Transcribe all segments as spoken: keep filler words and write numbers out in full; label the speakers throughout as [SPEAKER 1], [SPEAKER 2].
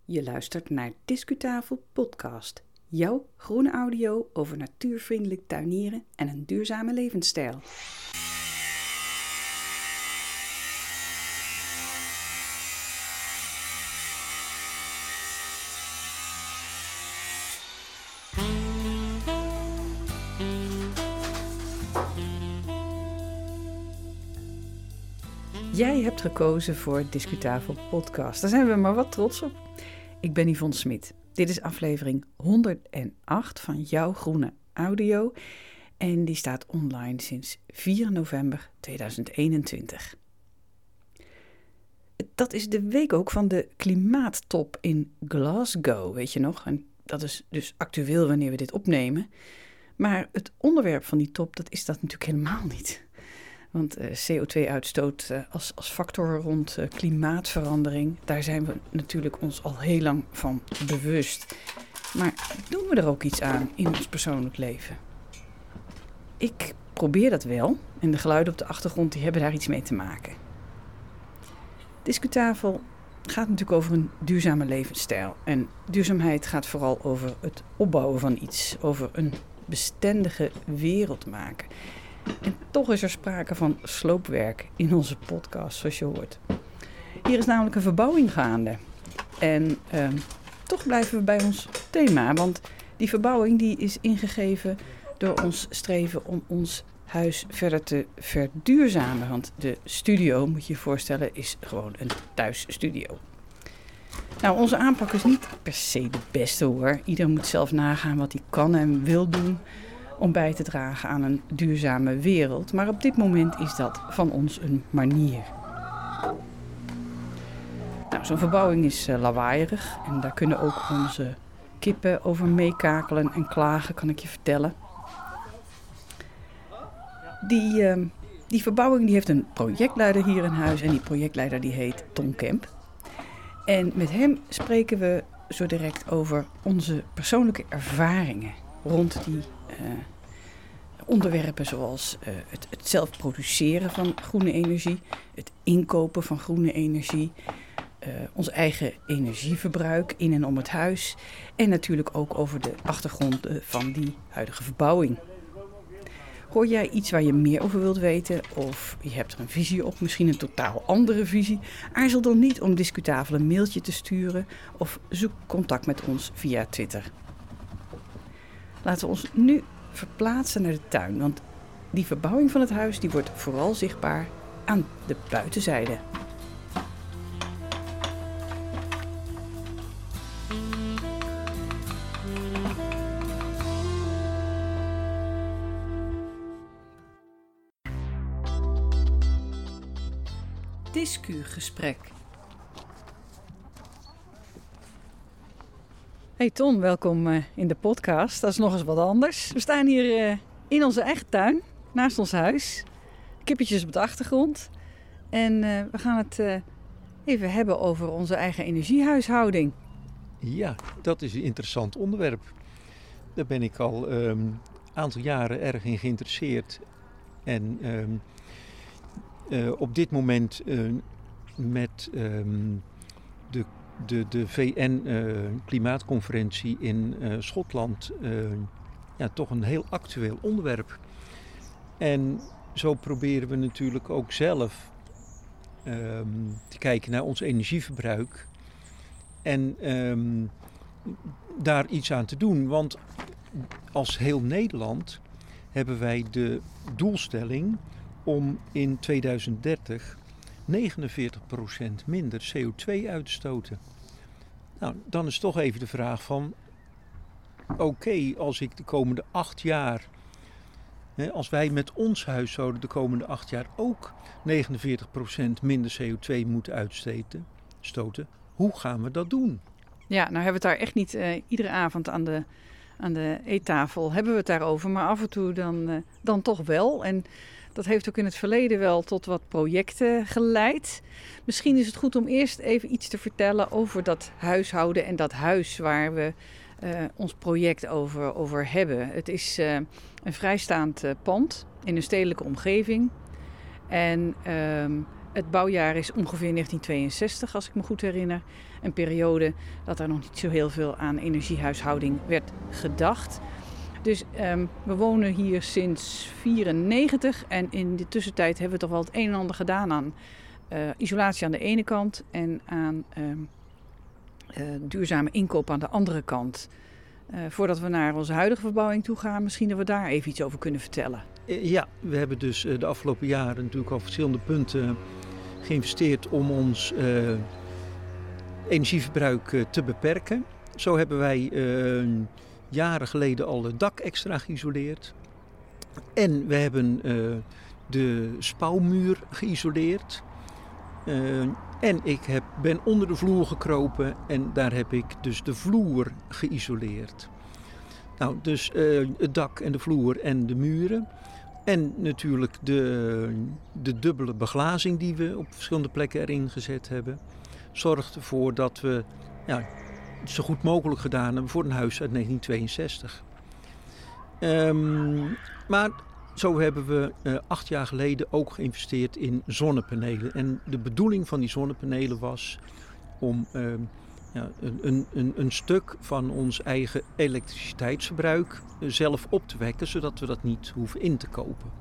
[SPEAKER 1] Je luistert naar Discutafel Podcast. Jouw groene audio over natuurvriendelijk tuinieren en een duurzame levensstijl. Jij hebt gekozen voor Discutafel Podcast. Daar zijn we maar wat trots op. Ik ben Yvonne Smit. Dit is aflevering honderdacht van Jouw Groene Audio. En die staat online sinds vier november tweeduizend eenentwintig. Dat is de week ook van de klimaattop in Glasgow, weet je nog? En dat is dus actueel wanneer we dit opnemen. Maar het onderwerp van die top, dat is dat natuurlijk helemaal niet. Want uh, C O twee uitstoot uh, als, als factor rond uh, klimaatverandering, daar zijn we natuurlijk ons al heel lang van bewust. Maar doen we er ook iets aan in ons persoonlijk leven? Ik probeer dat wel en de geluiden op de achtergrond die hebben daar iets mee te maken. Discutafel gaat natuurlijk over een duurzame levensstijl. En duurzaamheid gaat vooral over het opbouwen van iets, over een bestendige wereld maken. En toch is er sprake van sloopwerk in onze podcast, zoals je hoort. Hier is namelijk een verbouwing gaande. En uh, toch blijven we bij ons thema, want die verbouwing die is ingegeven door ons streven om ons huis verder te verduurzamen. Want de studio, moet je je voorstellen, is gewoon een thuisstudio. Nou, onze aanpak is niet per se de beste hoor. Ieder moet zelf nagaan wat hij kan en wil doen om bij te dragen aan een duurzame wereld. Maar op dit moment is dat van ons een manier. Nou, zo'n verbouwing is uh, lawaaierig en daar kunnen ook onze kippen over meekakelen en klagen, kan ik je vertellen. Die, uh, die verbouwing die heeft een projectleider hier in huis en die projectleider die heet Tom Kemp. En met hem spreken we zo direct over onze persoonlijke ervaringen rond die uh, onderwerpen zoals uh, het, het zelf produceren van groene energie, het inkopen van groene energie, uh, ons eigen energieverbruik in en om het huis en natuurlijk ook over de achtergronden van die huidige verbouwing. Hoor jij iets waar je meer over wilt weten of je hebt er een visie op, misschien een totaal andere visie? Aarzel dan niet om Discutafel een mailtje te sturen of zoek contact met ons via Twitter. Laten we ons nu verplaatsen naar de tuin, want die verbouwing van het huis die wordt vooral zichtbaar aan de buitenzijde. Discugesprek. Hey Ton, welkom uh, in de podcast. Dat is nog eens wat anders. We staan hier uh, in onze eigen tuin, naast ons huis. Kippetjes op de achtergrond. En uh, we gaan het uh, even hebben over onze eigen energiehuishouding.
[SPEAKER 2] Ja, dat is een interessant onderwerp. Daar ben ik al een um, aantal jaren erg in geïnteresseerd. En um, uh, op dit moment uh, met um, de De, de V N-klimaatconferentie uh, in uh, Schotland uh, ja, toch een heel actueel onderwerp. En zo proberen we natuurlijk ook zelf um, te kijken naar ons energieverbruik en um, daar iets aan te doen. Want als heel Nederland hebben wij de doelstelling om in tweeduizend dertig negenenveertig procent minder C O twee uit te stoten. Nou, dan is toch even de vraag van, oké, okay, als ik de komende acht jaar, hè, als wij met ons huishouden de komende acht jaar ook negenenveertig procent minder C O twee moeten uitstoten, stoten, hoe gaan we dat doen?
[SPEAKER 1] Ja, nou hebben we het daar echt niet uh, iedere avond aan de, aan de eettafel hebben we het daarover, maar af en toe dan, uh, dan toch wel. En dat heeft ook in het verleden wel tot wat projecten geleid. Misschien is het goed om eerst even iets te vertellen over dat huishouden en dat huis waar we uh, ons project over, over hebben. Het is uh, een vrijstaand uh, pand in een stedelijke omgeving. En um, Het bouwjaar is ongeveer negentien tweeënzestig, als ik me goed herinner. Een periode dat er nog niet zo heel veel aan energiehuishouding werd gedacht. Dus um, we wonen hier sinds vierennegentig en in de tussentijd hebben we toch wel het een en ander gedaan aan uh, isolatie aan de ene kant en aan um, uh, duurzame inkoop aan de andere kant. Uh, voordat we naar onze huidige verbouwing toe gaan, misschien dat we daar even iets over kunnen vertellen.
[SPEAKER 2] Ja, we hebben dus de afgelopen jaren natuurlijk al verschillende punten geïnvesteerd om ons uh, energieverbruik uh, te beperken. Zo hebben wij uh, jaren geleden al het dak extra geïsoleerd. En we hebben uh, de spouwmuur geïsoleerd. Uh, en ik heb, ben onder de vloer gekropen en daar heb ik dus de vloer geïsoleerd. Nou, dus uh, het dak en de vloer en de muren. En natuurlijk de, de dubbele beglazing die we op verschillende plekken erin gezet hebben. Zorgt ervoor dat we ja, het zo goed mogelijk gedaan hebben voor een huis uit negentien tweeënzestig. Um, maar zo hebben we uh, acht jaar geleden ook geïnvesteerd in zonnepanelen. En de bedoeling van die zonnepanelen was om uh, ja, een, een, een stuk van ons eigen elektriciteitsverbruik uh, zelf op te wekken, zodat we dat niet hoeven in te kopen.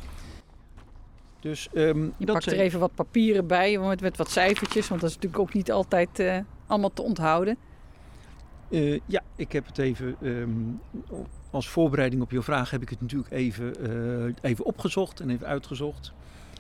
[SPEAKER 2] Dus, um,
[SPEAKER 1] Je
[SPEAKER 2] dat
[SPEAKER 1] pakt er
[SPEAKER 2] zijn...
[SPEAKER 1] even wat papieren bij met, met wat cijfertjes, want dat is natuurlijk ook niet altijd uh, allemaal te onthouden.
[SPEAKER 2] Uh, ja, ik heb het even, um, als voorbereiding op jouw vraag heb ik het natuurlijk even, uh, even opgezocht en even uitgezocht.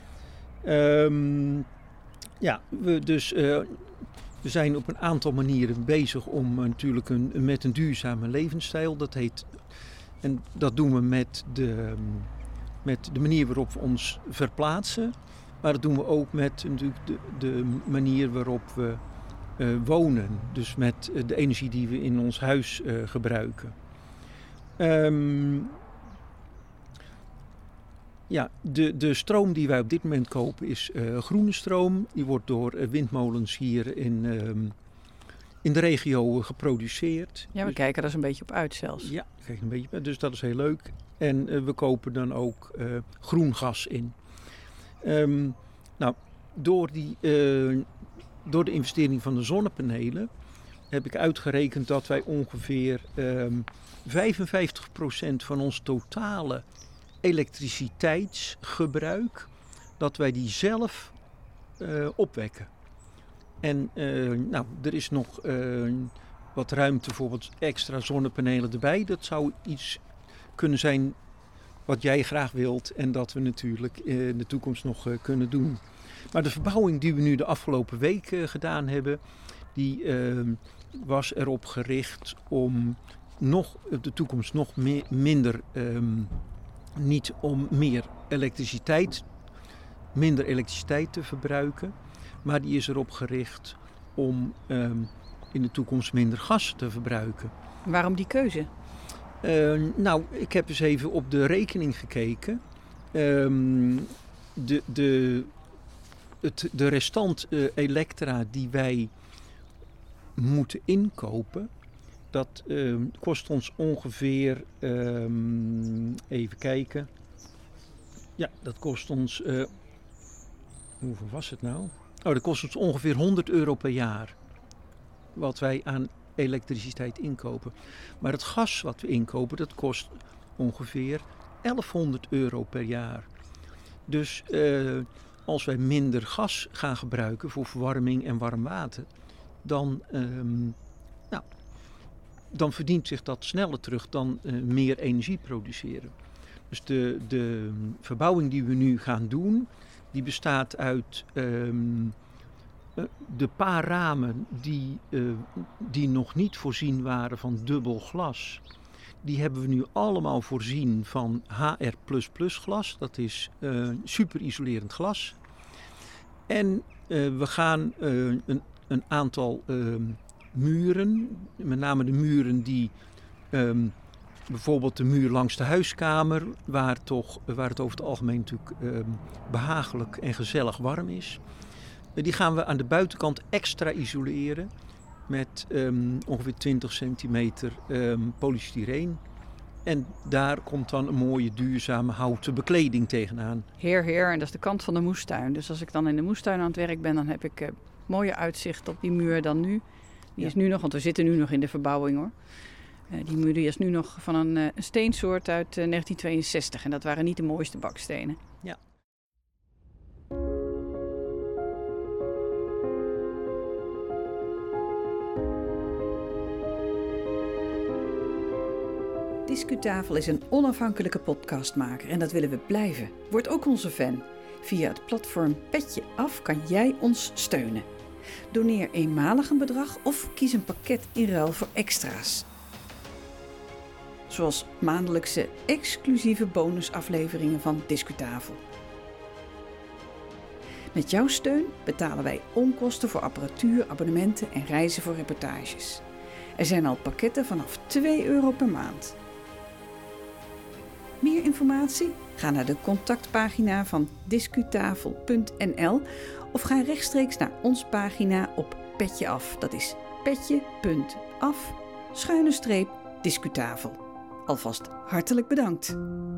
[SPEAKER 2] Um, ja, we, dus, uh, we zijn op een aantal manieren bezig om uh, natuurlijk een, met een duurzame levensstijl. Dat heet, en dat doen we met de, met de manier waarop we ons verplaatsen. Maar dat doen we ook met natuurlijk de, de manier waarop we Uh, wonen, dus met uh, de energie die we in ons huis uh, gebruiken. Um, ja, de, de stroom die wij op dit moment kopen is uh, groene stroom. Die wordt door uh, windmolens hier in, uh, in de regio uh, geproduceerd.
[SPEAKER 1] Ja, we dus, kijken er eens een beetje op uit zelfs.
[SPEAKER 2] Ja, kijk een beetje, dus dat is heel leuk. En uh, we kopen dan ook uh, groen gas in. Um, nou, door die... Uh, Door de investering van de zonnepanelen heb ik uitgerekend dat wij ongeveer um, vijfenvijftig procent van ons totale elektriciteitsgebruik, dat wij die zelf uh, opwekken. En uh, nou, er is nog uh, wat ruimte voor wat extra zonnepanelen erbij. Dat zou iets kunnen zijn wat jij graag wilt en dat we natuurlijk in de toekomst nog uh, kunnen doen. Maar de verbouwing die we nu de afgelopen week uh, gedaan hebben, die uh, was erop gericht om nog op de toekomst nog meer, minder, um, niet om meer elektriciteit, minder elektriciteit te verbruiken, maar die is erop gericht om um, in de toekomst minder gas te verbruiken.
[SPEAKER 1] Waarom die keuze?
[SPEAKER 2] Uh, nou, ik heb eens even op de rekening gekeken. Um, de, de, het, de restant uh, elektra die wij moeten inkopen, dat uh, kost ons ongeveer, um, even kijken. Ja, dat kost ons, uh, hoeveel was het nou? Oh, dat kost ons ongeveer honderd euro per jaar. Wat wij aan elektriciteit inkopen. Maar het gas wat we inkopen, dat kost ongeveer elfhonderd euro per jaar. Dus uh, als wij minder gas gaan gebruiken voor verwarming en warm water, dan, um, nou, dan verdient zich dat sneller terug dan uh, meer energie produceren. Dus de, de verbouwing die we nu gaan doen, die bestaat uit um, de paar ramen die, uh, die nog niet voorzien waren van dubbel glas. Die hebben we nu allemaal voorzien van H R plus plus glas. Dat is uh, super isolerend glas. En uh, we gaan uh, een, een aantal uh, muren, met name de muren die... Um, Bijvoorbeeld de muur langs de huiskamer, waar, toch, waar het over het algemeen natuurlijk uh, behagelijk en gezellig warm is. Uh, die gaan we aan de buitenkant extra isoleren met um, ongeveer twintig centimeter um, polystyreen. En daar komt dan een mooie duurzame houten bekleding tegenaan.
[SPEAKER 1] Heer, heer. En dat is de kant van de moestuin. Dus als ik dan in de moestuin aan het werk ben, dan heb ik uh, mooie uitzicht op die muur dan nu. Die ja. is nu nog, want we zitten nu nog in de verbouwing hoor. Uh, die muur die is nu nog van een, uh, een steensoort uit uh, negentien tweeënzestig. En dat waren niet de mooiste bakstenen.
[SPEAKER 2] Ja.
[SPEAKER 1] Discutafel is een onafhankelijke podcastmaker en dat willen we blijven. Word ook onze fan. Via het platform Petje Af kan jij ons steunen. Doneer eenmalig een bedrag of kies een pakket in ruil voor extra's. Zoals maandelijkse exclusieve bonusafleveringen van Discutafel. Met jouw steun betalen wij onkosten voor apparatuur, abonnementen en reizen voor reportages. Er zijn al pakketten vanaf twee euro per maand. Meer informatie? Ga naar de contactpagina van discutafel punt n l of ga rechtstreeks naar ons pagina op Petje Af. Dat is petje punt af schuine streep discutafel. Alvast hartelijk bedankt.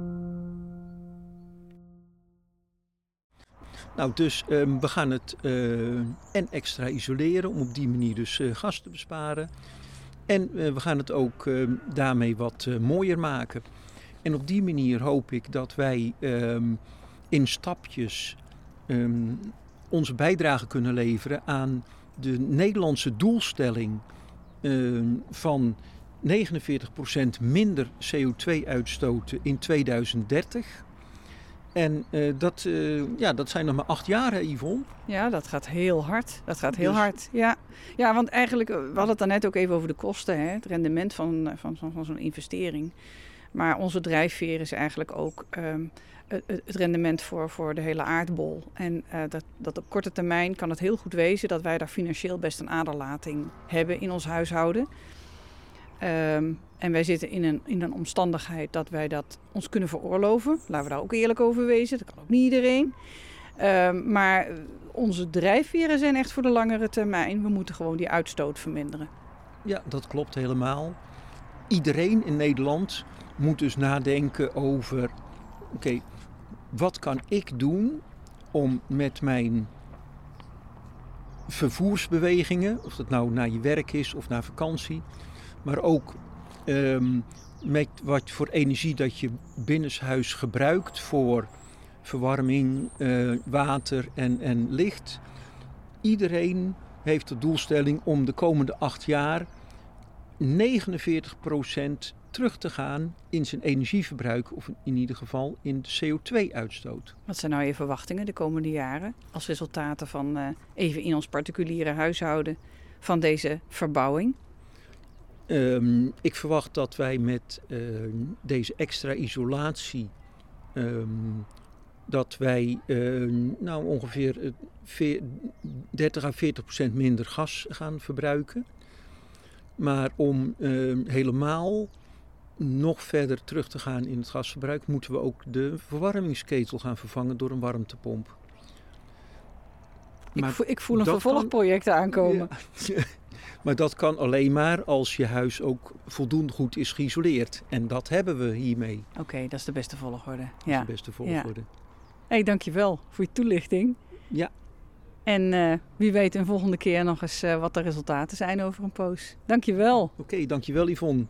[SPEAKER 2] Nou, dus um, we gaan het uh, en extra isoleren om op die manier dus uh, gas te besparen. En uh, we gaan het ook uh, daarmee wat uh, mooier maken. En op die manier hoop ik dat wij um, in stapjes um, onze bijdrage kunnen leveren aan de Nederlandse doelstelling um, van negenenveertig procent minder C O twee uitstoten in tweeduizend dertig. En uh, dat, uh, ja, dat zijn nog maar acht jaar, hè, Yvonne?
[SPEAKER 1] Ja, dat gaat heel hard. Dat gaat heel
[SPEAKER 2] dus...
[SPEAKER 1] hard, ja. Ja, want eigenlijk, we hadden het daarnet ook even over de kosten, hè? Het rendement van, van, van, van zo'n investering. Maar onze drijfveer is eigenlijk ook um, het, het rendement voor, voor de hele aardbol. En uh, dat, dat op korte termijn kan het heel goed wezen dat wij daar financieel best een aderlating hebben in ons huishouden. Um, en wij zitten in een, in een omstandigheid dat wij dat ons kunnen veroorloven. Laten we daar ook eerlijk over wezen. Dat kan ook niet iedereen. Um, maar onze drijfveren zijn echt voor de langere termijn. We moeten gewoon die uitstoot verminderen.
[SPEAKER 2] Ja, dat klopt helemaal. Iedereen in Nederland moet dus nadenken over... Oké, okay, wat kan ik doen om met mijn vervoersbewegingen... of dat nou naar je werk is of naar vakantie... maar ook um, met wat voor energie dat je binnenshuis gebruikt... voor verwarming, uh, water en, en licht. Iedereen heeft de doelstelling om de komende acht jaar... negenenveertig procent terug te gaan in zijn energieverbruik... of in ieder geval in de C O twee uitstoot.
[SPEAKER 1] Wat zijn nou je verwachtingen de komende jaren... als resultaten van uh, even in ons particuliere huishouden van deze verbouwing?
[SPEAKER 2] Um, ik verwacht dat wij met uh, deze extra isolatie... Um, dat wij uh, nou ongeveer uh, dertig à veertig procent minder gas gaan verbruiken... Maar om uh, helemaal nog verder terug te gaan in het gasverbruik... moeten we ook de verwarmingsketel gaan vervangen door een warmtepomp.
[SPEAKER 1] Maar ik, voel, ik voel een vervolgproject kan, aankomen.
[SPEAKER 2] Ja, maar dat kan alleen maar als je huis ook voldoende goed is geïsoleerd. En dat hebben we hiermee.
[SPEAKER 1] Oké, okay, dat is de beste volgorde.
[SPEAKER 2] Dat
[SPEAKER 1] ja.
[SPEAKER 2] is de beste volgorde.
[SPEAKER 1] Ja. Hey, dankjewel voor je toelichting.
[SPEAKER 2] Ja.
[SPEAKER 1] En uh, wie weet een volgende keer nog eens uh, wat de resultaten zijn over een poos. Dankjewel.
[SPEAKER 2] Oké, okay, dankjewel Yvonne.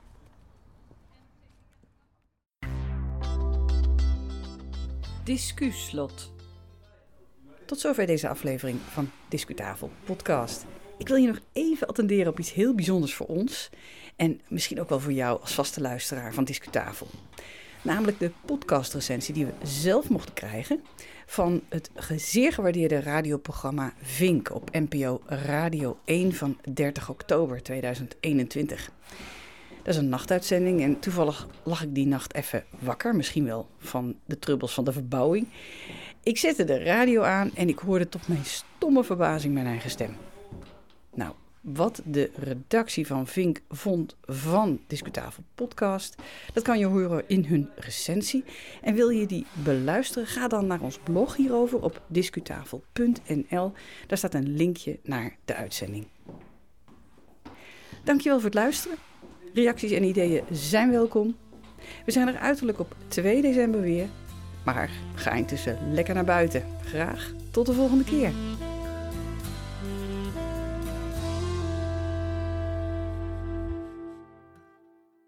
[SPEAKER 1] Discuslot. Tot zover deze aflevering van Discutafel podcast. Ik wil je nog even attenderen op iets heel bijzonders voor ons. En misschien ook wel voor jou als vaste luisteraar van Discutafel. Namelijk de podcastrecensie die we zelf mochten krijgen van het zeer gewaardeerde radioprogramma Vink op N P O Radio één van dertig oktober tweeduizend eenentwintig. Dat is een nachtuitzending en toevallig lag ik die nacht even wakker, misschien wel van de trubbels van de verbouwing. Ik zette de radio aan en ik hoorde tot mijn stomme verbazing mijn eigen stem. Nou, wat de redactie van Vink vond van Discutafel podcast, dat kan je horen in hun recensie. En wil je die beluisteren, ga dan naar ons blog hierover op discutafel punt n l. Daar staat een linkje naar de uitzending. Dankjewel voor het luisteren. Reacties en ideeën zijn welkom. We zijn er uiterlijk op twee december weer. Maar ga intussen lekker naar buiten. Graag tot de volgende keer.